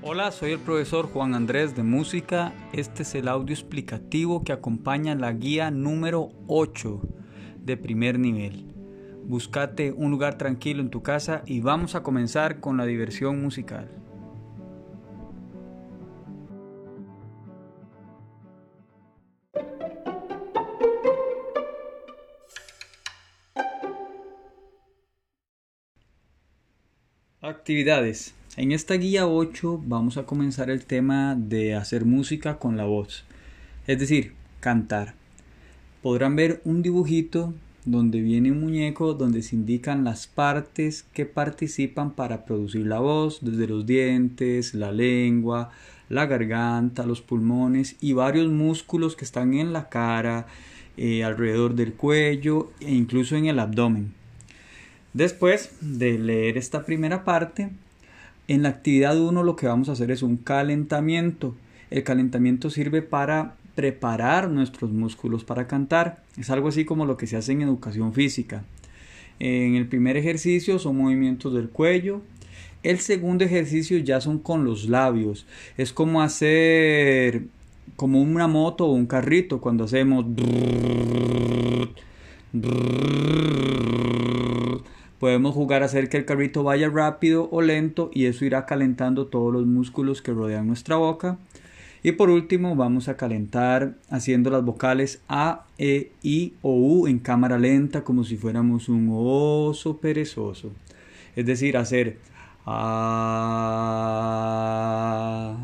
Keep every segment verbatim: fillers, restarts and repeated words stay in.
Hola, soy el profesor Juan Andrés de Música. Este es el audio explicativo que acompaña la guía número ocho de primer nivel. Búscate un lugar tranquilo en tu casa y vamos a comenzar con la diversión musical. Actividades. En esta guía ocho vamos a comenzar el tema de hacer música con la voz, es decir, cantar. Podrán ver un dibujito donde viene un muñeco donde se indican las partes que participan para producir la voz, desde los dientes, la lengua, la garganta, los pulmones y varios músculos que están en la cara, eh, alrededor del cuello e incluso en el abdomen. Después de leer esta primera parte, en la actividad uno lo que vamos a hacer es un calentamiento. El calentamiento sirve para preparar nuestros músculos para cantar. Es algo así como lo que se hace en educación física. En el primer ejercicio son movimientos del cuello. El segundo ejercicio ya son con los labios. Es como hacer como una moto o un carrito cuando hacemos. Podemos jugar a hacer que el carrito vaya rápido o lento y eso irá calentando todos los músculos que rodean nuestra boca. Y por último vamos a calentar haciendo las vocales A, E, I o U en cámara lenta como si fuéramos un oso perezoso. Es decir, hacer A,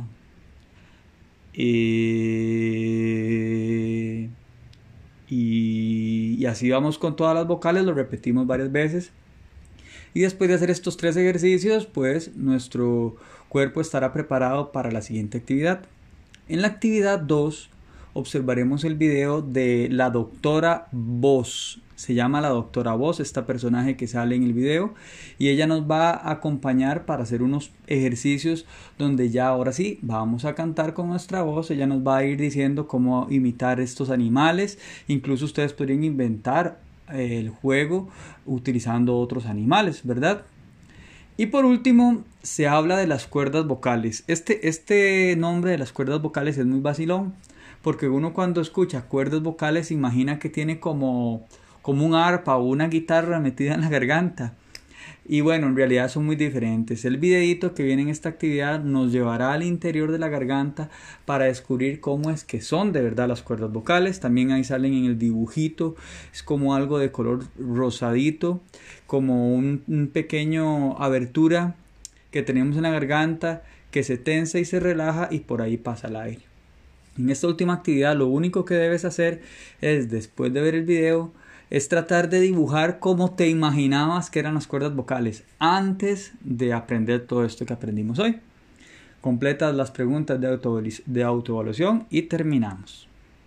E, I y así vamos con todas las vocales, lo repetimos varias veces. Y después de hacer estos tres ejercicios, pues nuestro cuerpo estará preparado para la siguiente actividad. En la actividad dos observaremos el video de la doctora Voz. Se llama la doctora Voz, esta personaje que sale en el video, y ella nos va a acompañar para hacer unos ejercicios donde ya ahora sí vamos a cantar con nuestra voz. Ella nos va a ir diciendo cómo imitar estos animales. Incluso ustedes podrían inventar el juego utilizando otros animales, ¿verdad? Y por último se habla de las cuerdas vocales. Este, este nombre de las cuerdas vocales es muy vacilón, porque uno cuando escucha cuerdas vocales se imagina que tiene como, como un arpa o una guitarra metida en la garganta. Y bueno, en realidad son muy diferentes. El videito que viene en esta actividad nos llevará al interior de la garganta para descubrir cómo es que son de verdad las cuerdas vocales. También ahí salen en el dibujito, es como algo de color rosadito, como un, un pequeño abertura que tenemos en la garganta que se tensa y se relaja y por ahí pasa el aire. En esta última actividad lo único que debes hacer es, después de ver el video, es tratar de dibujar como te imaginabas que eran las cuerdas vocales antes de aprender todo esto que aprendimos hoy. Completas las preguntas de, auto, de autoevaluación y terminamos.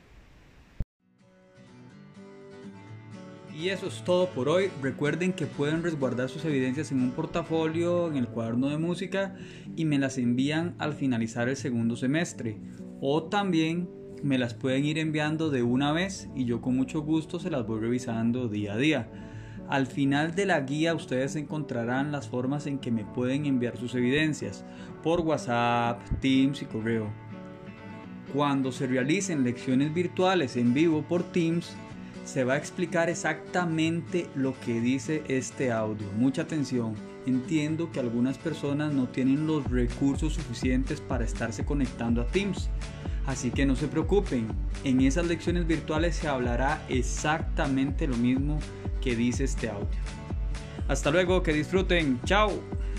Y eso es todo por hoy. Recuerden que pueden resguardar sus evidencias en un portafolio, en el cuaderno de música y me las envían al finalizar el segundo semestre. O también me las pueden ir enviando de una vez y yo con mucho gusto se las voy revisando día a día. Al final de la guía ustedes encontrarán las formas en que me pueden enviar sus evidencias por WhatsApp, Teams y correo. Cuando se realicen lecciones virtuales en vivo por Teams, se va a explicar exactamente lo que dice este audio. Mucha atención. Entiendo que algunas personas no tienen los recursos suficientes para estarse conectando a Teams. Así que no se preocupen, en esas lecciones virtuales se hablará exactamente lo mismo que dice este audio. Hasta luego, que disfruten, chao.